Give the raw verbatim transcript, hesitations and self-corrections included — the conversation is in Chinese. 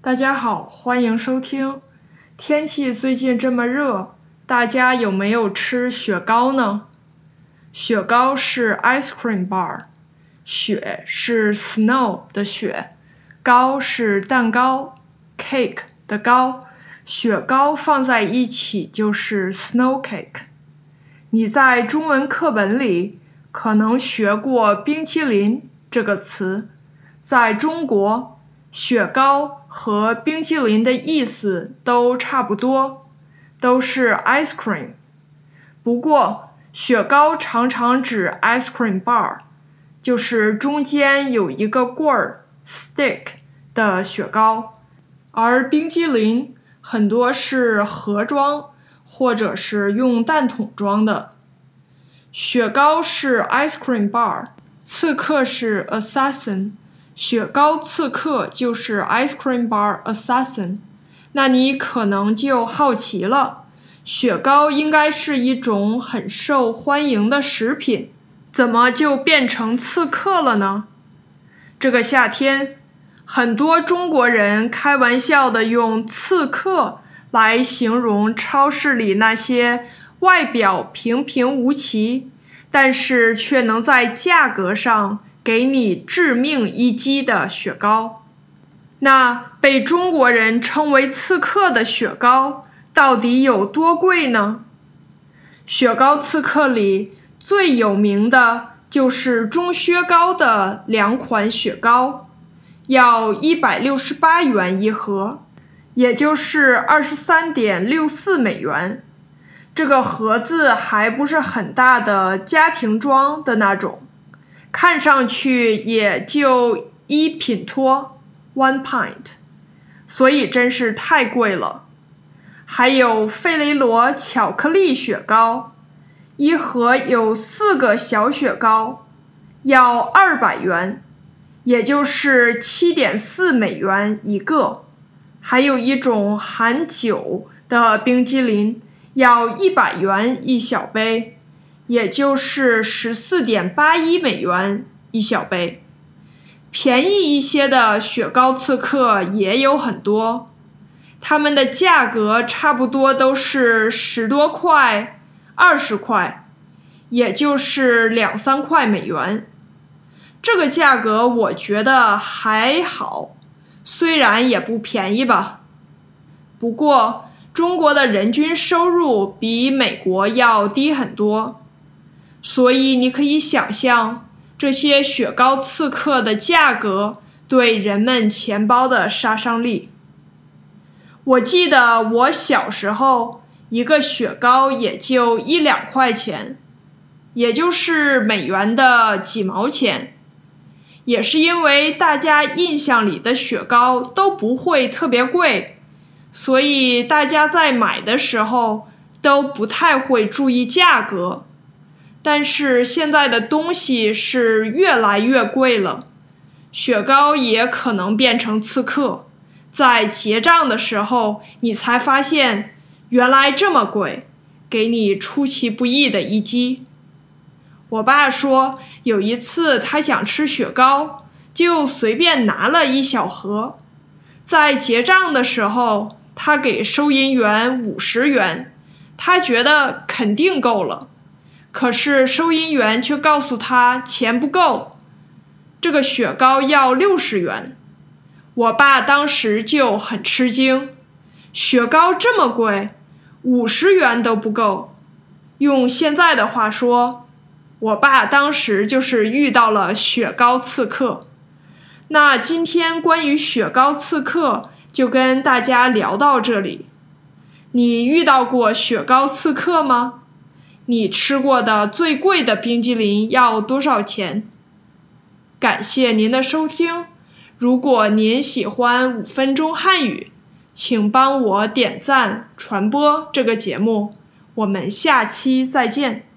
大家好，欢迎收听。天气最近这么热，大家有没有吃雪糕呢？雪糕是 ice cream bar， 雪是 snow 的雪，糕是蛋糕 cake 的糕，雪糕放在一起就是 snow cake。你在中文课本里可能学过冰淇淋这个词，在中国，雪糕和冰淇淋的意思都差不多，都是 ice cream。不过，雪糕常常指 ice cream bar， 就是中间有一个棍儿 stick 的雪糕，而冰淇淋很多是盒装或者是用蛋筒装的。雪糕是 ice cream bar， 刺客是 assassin， 雪糕刺客就是 ice cream bar assassin。 那你可能就好奇了，雪糕应该是一种很受欢迎的食品，怎么就变成刺客了呢？这个夏天，很多中国人开玩笑地用刺客来形容超市里那些外表平平无奇，但是却能在价格上给你致命一击的雪糕。那被中国人称为刺客的雪糕到底有多贵呢？雪糕刺客里最有名的就是钟薛高的两款雪糕，要一百六十八元一盒，也就是二十三点六四美元。这个盒子还不是很大的家庭装的那种，看上去也就一品托 one pint， 所以真是太贵了。还有费雷罗巧克力雪糕，一盒有四个小雪糕，要二百元，也就是七点四美元一个。还有一种含酒的冰激凌，要一百元一小杯，也就是十四点八一美元一小杯。便宜一些的雪糕刺客也有很多，它们的价格差不多都是十多块、二十块，也就是两三块美元。这个价格我觉得还好，虽然也不便宜吧。不过，中国的人均收入比美国要低很多，所以你可以想象这些雪糕刺客的价格对人们钱包的杀伤力。我记得我小时候，一个雪糕也就一两块钱，也就是美元的几毛钱。也是因为大家印象里的雪糕都不会特别贵，所以大家在买的时候都不太会注意价格。但是现在的东西是越来越贵了，雪糕也可能变成刺客，在结账的时候你才发现原来这么贵，给你出其不意的一击。我爸说有一次他想吃雪糕，就随便拿了一小盒，在结账的时候他给收银员五十元，他觉得肯定够了，可是收银员却告诉他钱不够，这个雪糕要六十元。我爸当时就很吃惊，雪糕这么贵，五十元都不够。用现在的话说，我爸当时就是遇到了雪糕刺客。那今天关于雪糕刺客就跟大家聊到这里。你遇到过雪糕刺客吗？你吃过的最贵的冰激凌要多少钱？感谢您的收听。如果您喜欢五分钟汉语，请帮我点赞传播这个节目。我们下期再见。